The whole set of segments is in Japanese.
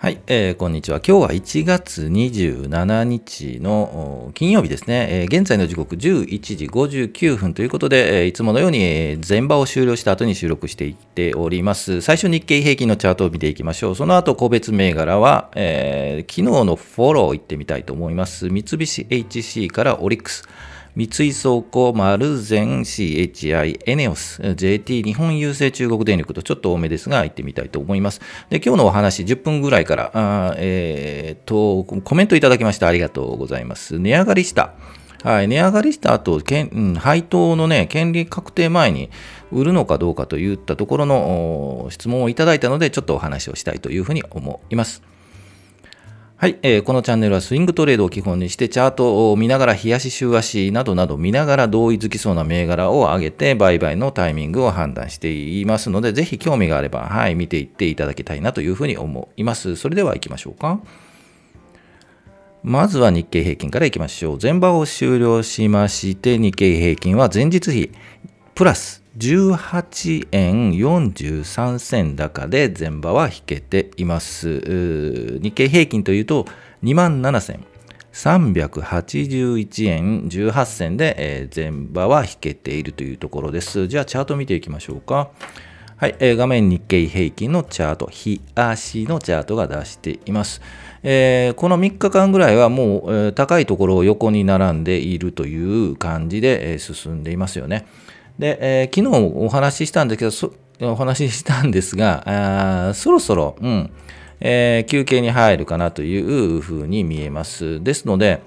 はい、こんにちは。今日は1月27日の金曜日ですね。現在の時刻11時59分ということで、いつものように前場を終了した後に収録していっております。最初日経平均のチャートを見ていきましょう。その後個別銘柄は、昨日のフォロー行ってみたいと思います。三菱 HC からオリックス。三井倉庫、丸善、CHI、エネオス、JT、日本郵政中国電力とちょっと多めですが、行ってみたいと思います。で、今日のお話、10分ぐらいから、コメントいただきましてありがとうございます。値上がりした。はい、値上がりした後、配当のね、権利確定前に売るのかどうかといったところの質問をいただいたので、ちょっとお話をしたいというふうに思います。はい、このチャンネルはスイングトレードを基本にしてチャートを見ながら日足週足などなど見ながら同意づきそうな銘柄を上げて売買のタイミングを判断していますので、ぜひ興味があれば、はい、見ていっていただきたいなというふうに思います。それでは行きましょうか。まずは日経平均から行きましょう。前場を終了しまして、日経平均は前日比プラス18円43銭高で前場は引けています。日経平均というと27,381円18銭で前場は引けているというところです。じゃあチャート見ていきましょうか。はい、画面日経平均のチャート、日足のチャートが出しています。この3日間ぐらいはもう、高いところを横に並んでいるという感じで、進んでいますよね。で、昨日お話ししたんですが、そろそろ、休憩に入るかなというふうに見えます。ですので、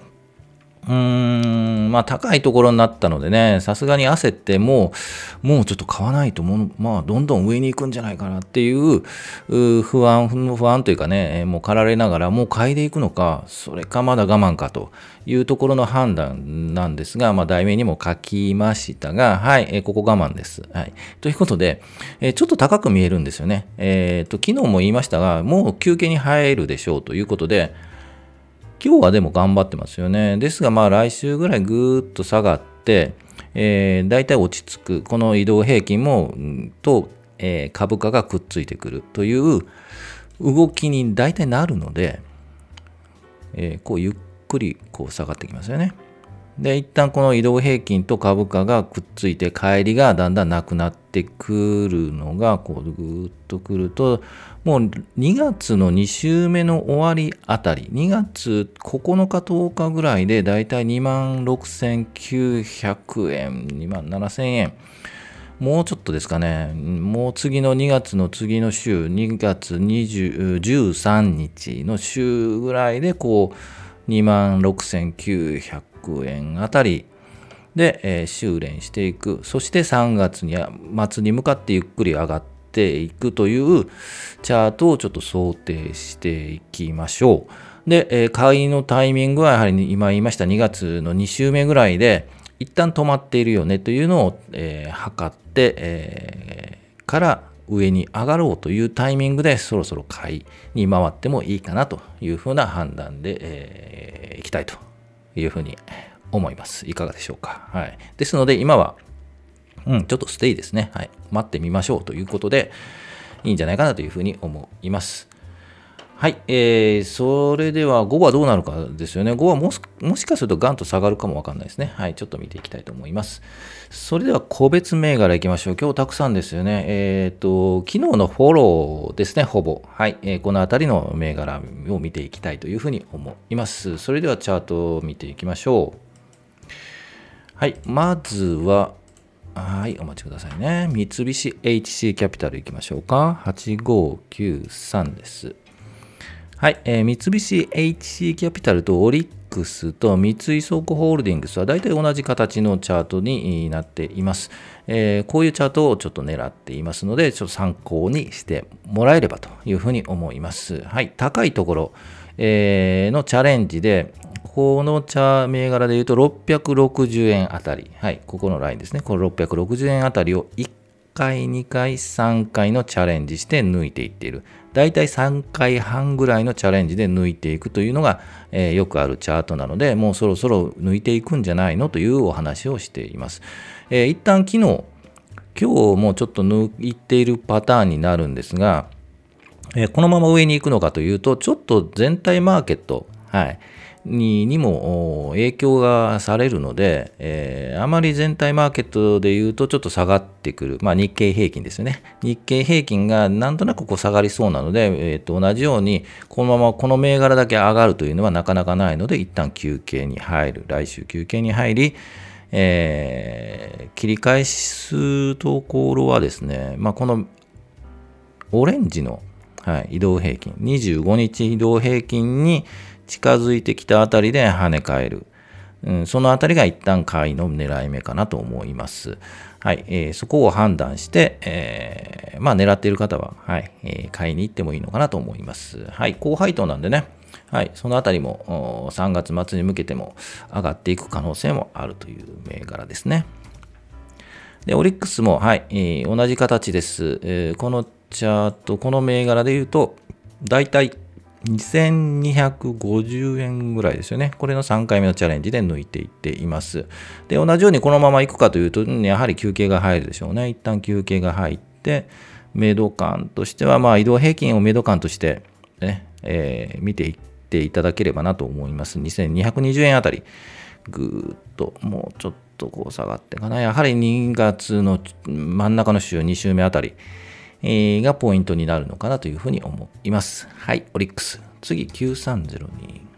高いところになったのでね、さすがに焦ってもうちょっと買わないとどんどん上に行くんじゃないかなっていう不安というかね、もう駆られながらもう買いでいくのか、それかまだ我慢かというところの判断なんですが、題名にも書きましたが、はい、ここ我慢です。はい。ということで、ちょっと高く見えるんですよね。昨日も言いましたが、もう休憩に入るでしょうということで、今日はでも頑張ってますよね。ですが来週ぐらいぐーっと下がって、だいたい落ち着く。この移動平均も、株価がくっついてくるという動きにだいたいなるので、こうゆっくりこう下がってきますよね。で、一旦この移動平均と株価がくっついて乖離がだんだんなくなってくるのがこうぐーっとくると、もう2月の2週目の終わりあたり、2月9日10日ぐらいでだいたい26,900円、27,000円。もうちょっとですかね。もう次の2月の次の週、2月13日の週ぐらいでこう26,900円あたりで、修練していく。そして3月に末に向かってゆっくり上がっていくというチャートをちょっと想定していきましょう。で、買いのタイミングはやはり今言いました2月の2週目ぐらいで一旦止まっているよねというのを、測って、から上に上がろうというタイミングでそろそろ買いに回ってもいいかなというふうな判断で、いきたいというふうに思います。いかがでしょうか。はい。ですので今は、ちょっとステイですね。はい。待ってみましょうということでいいんじゃないかなというふうに思います。はい。それでは午後はどうなるかですよね。午後はもしかするとガンと下がるかもわかんないですね。はい。ちょっと見ていきたいと思います。それでは個別銘柄いきましょう。今日たくさんですよね。昨日のフォローですね、ほぼ。はい。このあたりの銘柄を見ていきたいというふうに思います。それではチャートを見ていきましょう。はい。まずは、はい、お待ちくださいね。三菱 HC キャピタルいきましょうか。8593です。はい、三菱 HC キャピタルとオリックスと三井倉庫ホールディングスは大体同じ形のチャートになっています。こういうチャートをちょっと狙っていますので、ちょっと参考にしてもらえればというふうに思います。はい、高いところ、のチャレンジで、この銘柄でいうと660円あたり、はい、ここのラインですね。この660円あたりを1回、2回、3回のチャレンジして抜いていっている。だいたい3回半ぐらいのチャレンジで抜いていくというのが、よくあるチャートなので、もうそろそろ抜いていくんじゃないのというお話をしています。一旦今日もちょっと抜いているパターンになるんですが、 このまま上に行くのかというと、ちょっと全体マーケット、にも影響がされるので、あまり全体マーケットでいうとちょっと下がってくる、日経平均ですよね。日経平均がなんとなく下がりそうなので、同じようにこのままこの銘柄だけ上がるというのはなかなかないので、一旦休憩に入る、来週休憩に入り、切り返すところはですね、このオレンジの、移動平均、25日移動平均に近づいてきたあたりで跳ね返る。そのあたりが一旦買いの狙い目かなと思います。そこを判断して、狙っている方は、買いに行ってもいいのかなと思います。高配当なんでね、そのあたりも3月末に向けても上がっていく可能性もあるという銘柄ですね。で、オリックスも、同じ形です。このチャート、この銘柄で言うと、だいたい2250円ぐらいですよね。これの3回目のチャレンジで抜いていっています。で、同じようにこのまま行くかというと、やはり休憩が入るでしょうね。一旦休憩が入って、メド感としては、移動平均をメド感として、見ていっていただければなと思います。2220円あたり、ぐーっと、もうちょっと下がってかな。やはり2月の真ん中の週、2週目あたり、がポイントになるのかなというふうに思います。オリックス。次、9302。ちょ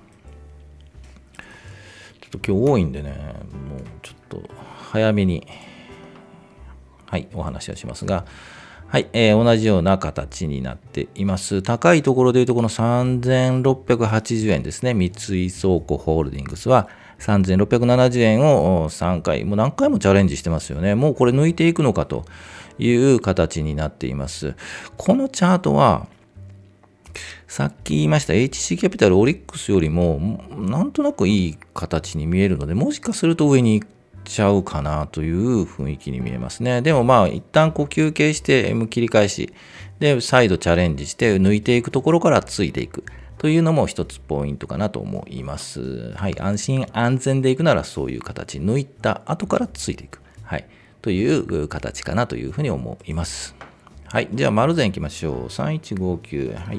っと今日多いんでね、もうちょっと早めに、お話をしますが、同じような形になっています。高いところでいうと、この3680円ですね。三井倉庫ホールディングスは3670円を3回、もう何回もチャレンジしてますよね。もうこれ抜いていくのかという形になっています。このチャートは、さっき言いました HC キャピタルオリックスよりもなんとなくいい形に見えるので、もしかすると上に行っちゃうかなという雰囲気に見えますね。でも一旦休憩して M 切り返しで再度チャレンジして抜いていくところからついていくというのも一つポイントかなと思います。安心安全でいくならそういう形、抜いた後からついていく。という形かなというふうに思います。じゃあ、丸善いきましょう。3159。お待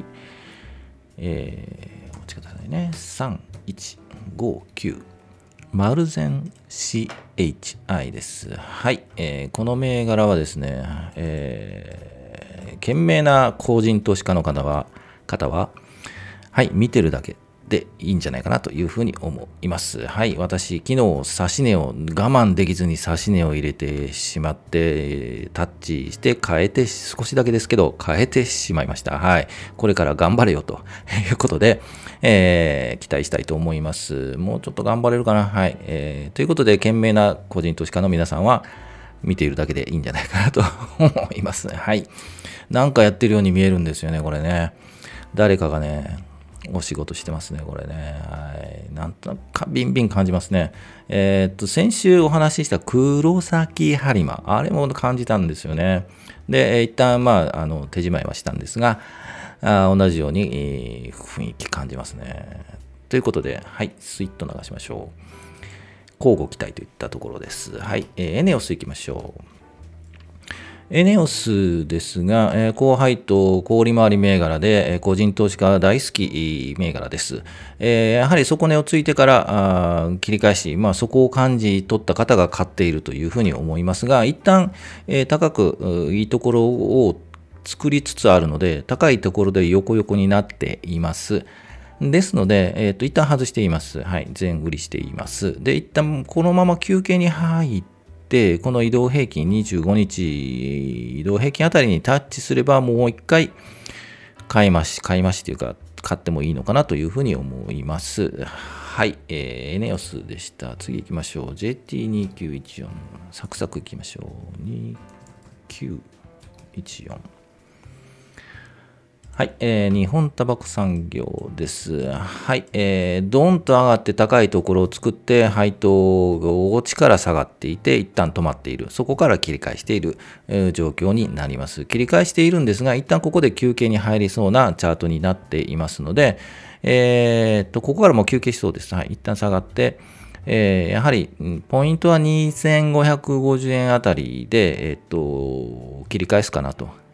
ちくださいね。3159。丸善 CHI です。この銘柄はですね、賢明な個人投資家の方は、見てるだけでいいんじゃないかなというふうに思います。私、昨日、指し値を我慢できずに指し値を入れてしまって、タッチして変えて、少しだけですけど、変えてしまいました。これから頑張れよということで、期待したいと思います。もうちょっと頑張れるかな。ということで、賢明な個人投資家の皆さんは、見ているだけでいいんじゃないかなと思います。なんかやってるように見えるんですよね、これね。誰かがね、お仕事してますね、これね。なんとなくビンビン感じますね。先週お話しした黒崎播磨、あれも感じたんですよね。で、一旦手仕まいはしたんですが、同じように、雰囲気感じますね。ということで、スイッと流しましょう。交互期待といったところです。エネオスいきましょう。エネオスですが、高配当、小売回り銘柄で、個人投資家大好き銘柄です。やはり底値をついてから切り返し、そこを感じ取った方が買っているというふうに思いますが、一旦、高くいいところを作りつつあるので、高いところで横横になっています。ですので、一旦外しています。全売りしています。で、一旦このまま休憩に入って、この移動平均25日移動平均あたりにタッチすればもう一回買い増しというか買ってもいいのかなというふうに思います。エネオスでした。次行きましょう。JT2914 サクサク行きましょう。2914日本タバコ産業です。ドーンと上がって高いところを作って、配当が大力下がっていて、一旦止まっている。そこから切り返している状況になります。切り返しているんですが、一旦ここで休憩に入りそうなチャートになっていますので、ここからも休憩しそうです。一旦下がって、やはりポイントは2550円あたりで、切り返すかなと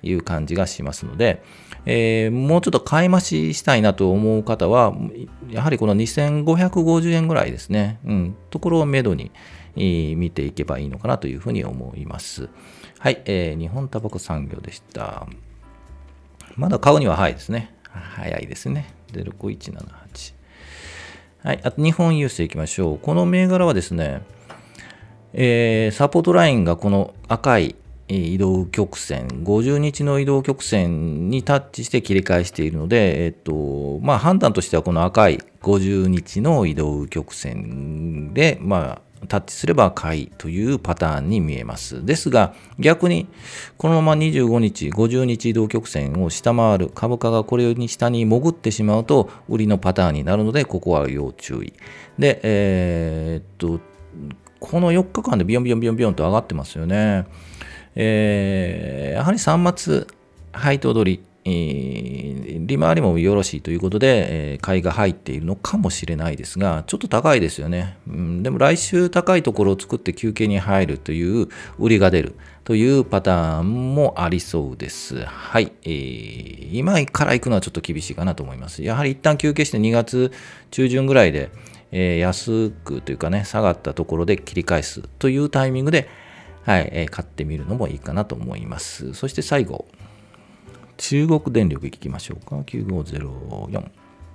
いう感じがしますので、もうちょっと買い増ししたいなと思う方は、やはりこの2550円ぐらいですね、ところをめどに見ていけばいいのかなというふうに思います。はい、日本タバコ産業でした。まだ買うには早いですね。早いですね。05178。はい、あと日本郵政いきましょう。この銘柄はですね、サポートラインがこの赤い移動曲線、50日の移動曲線にタッチして切り返しているので、判断としてはこの赤い50日の移動曲線で、タッチすれば買いというパターンに見えます。ですが、逆にこのまま25日、50日移動曲線を下回る株価がこれに下に潜ってしまうと売りのパターンになるので、ここは要注意。で、この4日間でビヨンビヨンビヨンビヨンと上がってますよね。やはり3末配当取り、利回りもよろしいということで、買いが入っているのかもしれないですが、ちょっと高いですよね。でも来週高いところを作って休憩に入るという売りが出るというパターンもありそうです。はい。今から行くのはちょっと厳しいかなと思います。やはり一旦休憩して2月中旬ぐらいで、安くというかね、下がったところで切り返すというタイミングで、はい、買ってみるのもいいかなと思います。そして最後、中国電力いきましょうか。9504。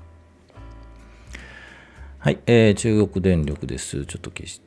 はい、中国電力です。ちょっと消して。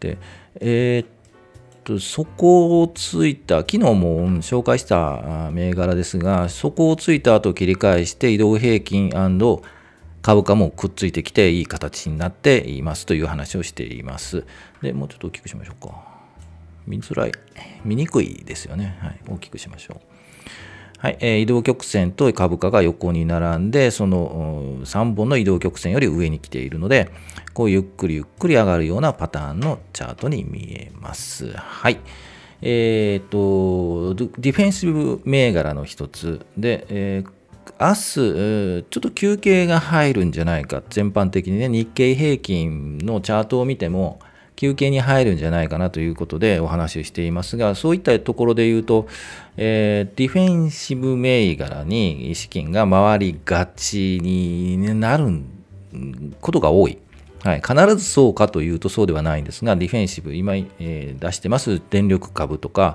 そこをついた、昨日も紹介した銘柄ですが、そこをついた後切り返して移動平均&株価もくっついてきていい形になっていますという話をしています。で、もうちょっと大きくしましょうか。見づらい。見にくいですよね。はい、大きくしましょう。はい、移動曲線と株価が横に並んで、その3本の移動曲線より上に来ているので、こうゆっくりゆっくり上がるようなパターンのチャートに見えます。はい。ディフェンシブ銘柄の一つで、明日、ちょっと休憩が入るんじゃないか、全般的にね、日経平均のチャートを見ても、休憩に入るんじゃないかなということでお話をしていますが、そういったところで言うと、ディフェンシブ銘柄に資金が回りがちになることが多い。はい、必ずそうかというとそうではないんですが、ディフェンシブ、今、出してます電力株とか、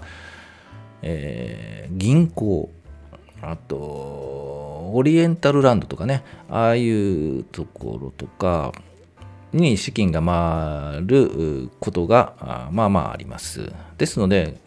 銀行、あと、オリエンタルランドとかね、ああいうところとかに資金が回ることがあります。ですので、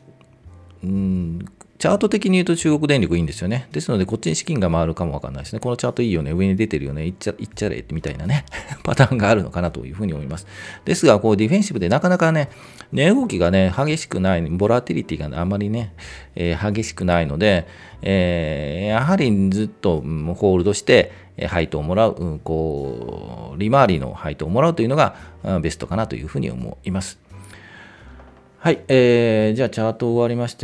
チャート的に言うと中国電力いいんですよね。ですので、こっちに資金が回るかもわかんないですね。このチャートいいよね、上に出てるよね、いっちゃれみたいなね、パターンがあるのかなというふうに思います。ですが、こうディフェンシブでなかなかね、値動きがね、激しくない、ボラティリティがあまりね、激しくないので、やはりずっとホールドして、配当をもらう、利回りの配当をもらうというのがベストかなというふうに思います。はい、じゃあチャート終わりまして、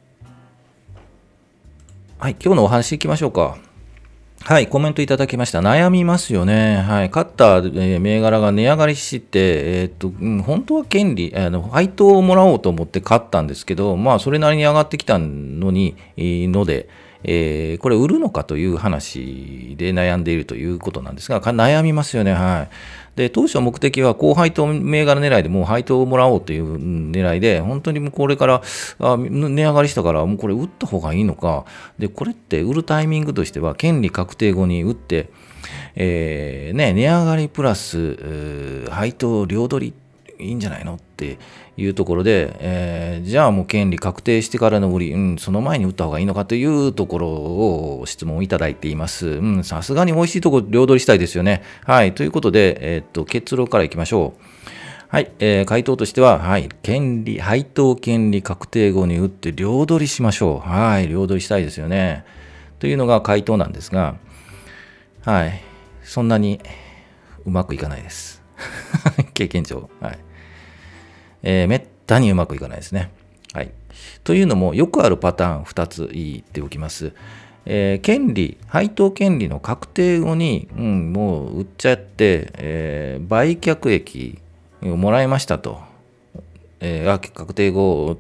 はい、今日のお話いきましょうか。はい、コメントいただきました。悩みますよね。はい、買った、銘柄が値上がりして、本当は権利、配当をもらおうと思って買ったんですけど、それなりに上がってきたので、これ売るのかという話で悩んでいるということなんですが、悩みますよね。はい。で、当初目的は高配当銘柄狙いでもう配当をもらおうという狙いで、本当にもうこれから値上がりしたから、もうこれ売った方がいいのか。で、これって売るタイミングとしては、権利確定後に売って、値上がりプラス、配当両取りいいんじゃないのっていうところで、じゃあもう権利確定してからの売り、その前に売った方がいいのかというところを質問いただいています。さすがに美味しいところ両取りしたいですよね。はい。ということで、結論からいきましょう。はい。回答としては、はい。配当権利確定後に売って両取りしましょう。はい。両取りしたいですよね。というのが回答なんですが、はい。そんなにうまくいかないです。経験上。はい。めったにうまくいかないですね。はい。というのも、よくあるパターン2つ言っておきます。配当権利の確定後に、もう売っちゃって、売却益をもらいましたと。 確定後って、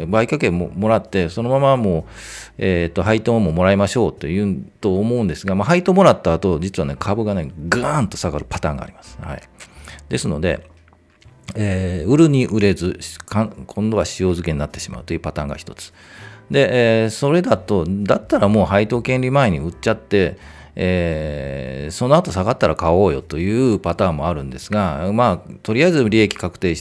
売却益もらって、そのままもう、配当ももらいましょうというと思うんですが、配当もらった後、実はね、株がね、ガーンと下がるパターンがあります。はい。ですので、売るに売れず、今度は塩漬けになってしまうというパターンが一つ。で、それだったらもう配当権利前に売っちゃって、その後下がったら買おうよというパターンもあるんですが、とりあえず利益確定して、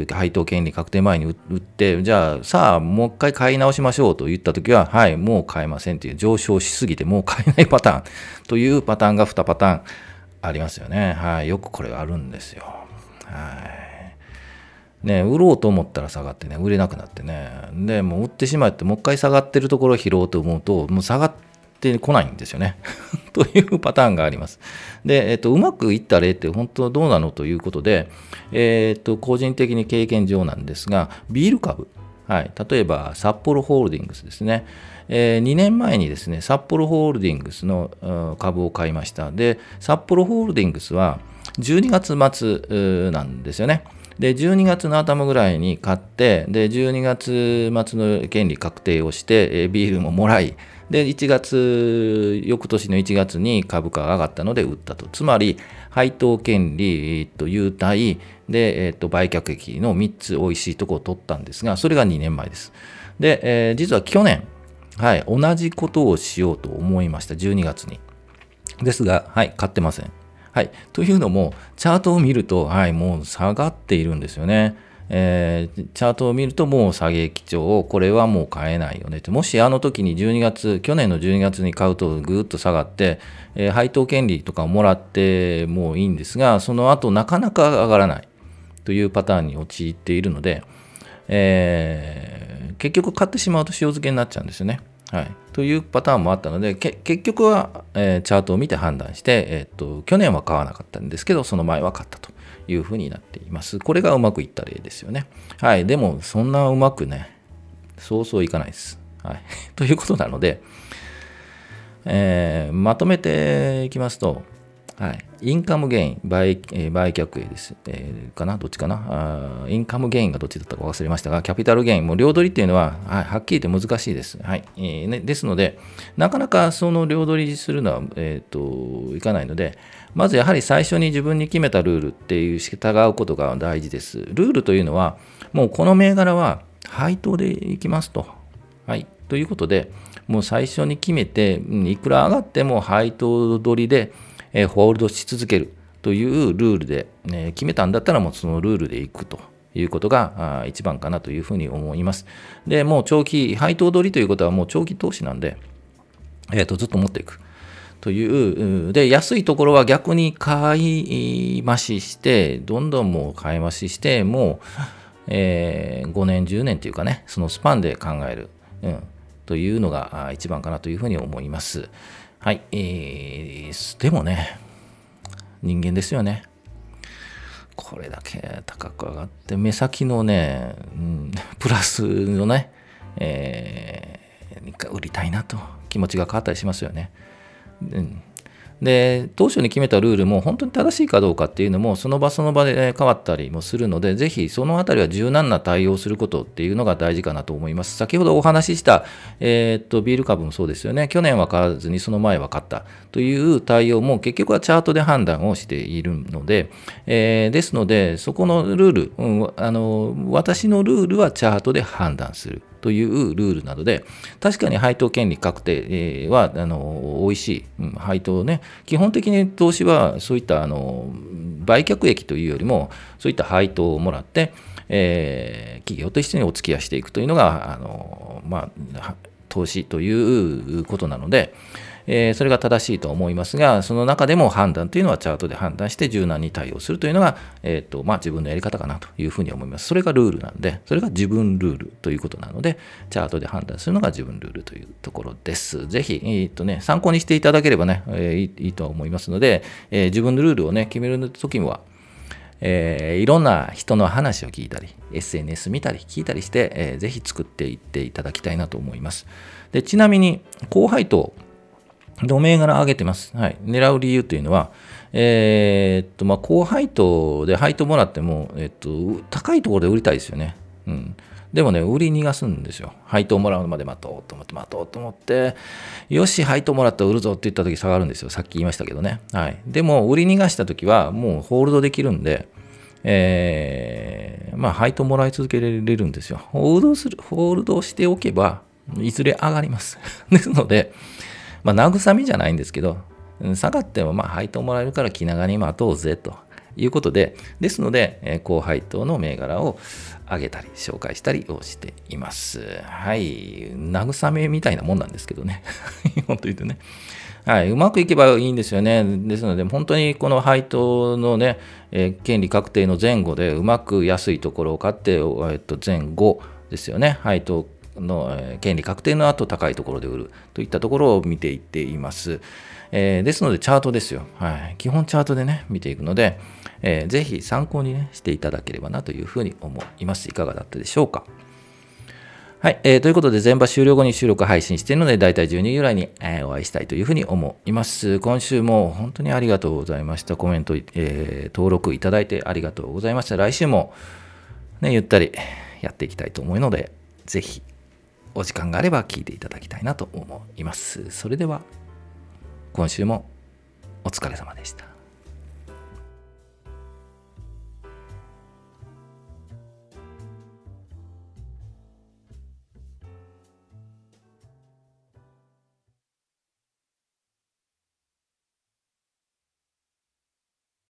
配当権利確定前に売って、じゃあ、さあ、もう一回買い直しましょうと言ったときは、はい、もう買えませんという、上昇しすぎてもう買えないパターンというパターンが2パターンありますよね。はい、よくこれがあるんですよ。はい。ね、売ろうと思ったら下がってね、売れなくなってね、でもう売ってしまって、もう一回下がってるところを拾おうと思うと、もう下がってこないんですよね。というパターンがあります。で、うまくいった例って本当どうなのということで、個人的に経験上なんですが、ビール株、はい、例えば札幌ホールディングスですね。2年前にですね、札幌ホールディングスの株を買いました。で、札幌ホールディングスは12月末なんですよね。で、12月の頭ぐらいに買って、で、12月末の権利確定をして、ビールももらい、で、翌年の1月に株価が上がったので売ったと。つまり、配当権利、優待、で、売却益の3つ美味しいところを取ったんですが、それが2年前です。で、実は去年、はい、同じことをしようと思いました、12月に。ですが、はい、買ってません。はい。というのも、チャートを見ると、はい、もう下がっているんですよね。チャートを見るともう下げ基調、これはもう買えないよねと。もしあの時に去年の12月に買うとぐーっと下がって、配当権利とかをもらってもいいんですが、その後なかなか上がらないというパターンに陥っているので、結局買ってしまうと塩漬けになっちゃうんですよね。はい、というパターンもあったので、結局は、チャートを見て判断して、去年は買わなかったんですけど、その前は買ったというふうになっています。これがうまくいった例ですよね。はい、でも、そんなうまくね、そうそういかないです。はい、ということなので、まとめていきますと、はい、インカムゲイン、売却益です。どっちかなインカムゲインがどっちだったか忘れましたが、キャピタルゲイン、もう両取りっていうのは、はい、はっきり言って難しいです。はいですので、なかなかその両取りするのは、いかないので、まずやはり最初に自分に決めたルールっていう従うことが大事です。ルールというのは、もうこの銘柄は配当でいきますと。はい、ということで、もう最初に決めて、いくら上がっても配当取りで、ホールドし続けるというルールで、決めたんだったらもうそのルールでいくということが一番かなというふうに思います。で、もう長期、配当取りということはもう長期投資なんで、ずっと持っていくという、で、安いところは逆に買い増しして、どんどんもう買い増しして、もう、5年、10年というかね、そのスパンで考える、というのが一番かなというふうに思います。はい、でもね、人間ですよね。これだけ高く上がって、目先のね、プラスのね、売りたいなと気持ちが変わったりしますよね。で、当初に決めたルールも本当に正しいかどうかっていうのもその場その場で変わったりもするので、ぜひそのあたりは柔軟な対応することっていうのが大事かなと思います。先ほどお話しした、ビール株もそうですよね。去年は買わずにその前は買ったという対応も結局はチャートで判断をしているので、ですのでそこのルール、私のルールはチャートで判断するというルールなので、確かに配当権利確定は美味しい、配当ね、基本的に投資はそういった売却益というよりもそういった配当をもらって、企業と一緒にお付き合いしていくというのが投資ということなので、それが正しいと思いますが、その中でも判断というのはチャートで判断して柔軟に対応するというのが、自分のやり方かなというふうに思います。それがルールなんで、それが自分ルールということなので、チャートで判断するのが自分ルールというところです。ぜひ、参考にしていただければね、いいと思いますので、自分のルールをね、決めるときは、いろんな人の話を聞いたり、SNS 見たり聞いたりして、ぜひ作っていっていただきたいなと思います。で、ちなみに、高配当で、銘柄上げてます。はい。狙う理由というのは、高配当で配当もらっても、高いところで売りたいですよね。うん。でもね、売り逃がすんですよ。配当もらうまで待とうと思って、よし、配当もらったら売るぞって言った時下がるんですよ。さっき言いましたけどね。はい。でも、売り逃がした時は、もうホールドできるんで、配当もらい続けられるんですよ。ホールドしておけば、いずれ上がります。ですので、慰めじゃないんですけど、下がっても配当もらえるから気長に待とうぜということで、ですので、高配当の銘柄を上げたり、紹介したりをしています。はい。慰めみたいなもんなんですけどね。本当言うとね。はい。うまくいけばいいんですよね。ですので、本当にこの配当のね、権利確定の前後でうまく安いところを買って、前後ですよね。配当の権利確定の後高いところで売るといったところを見ていっています。ですのでチャートですよ。はい。基本チャートでね、見ていくので、ぜひ参考にね、していただければなというふうに思います。いかがだったでしょうか。はい、ということで、全場終了後に収録配信しているので、だいたい12時ぐらいに、お会いしたいというふうに思います。今週も本当にありがとうございました。コメント、登録いただいてありがとうございました。来週も、ね、ゆったりやっていきたいと思うので、ぜひ、お時間があれば聞いていただきたいなと思います。それでは、今週もお疲れ様でした。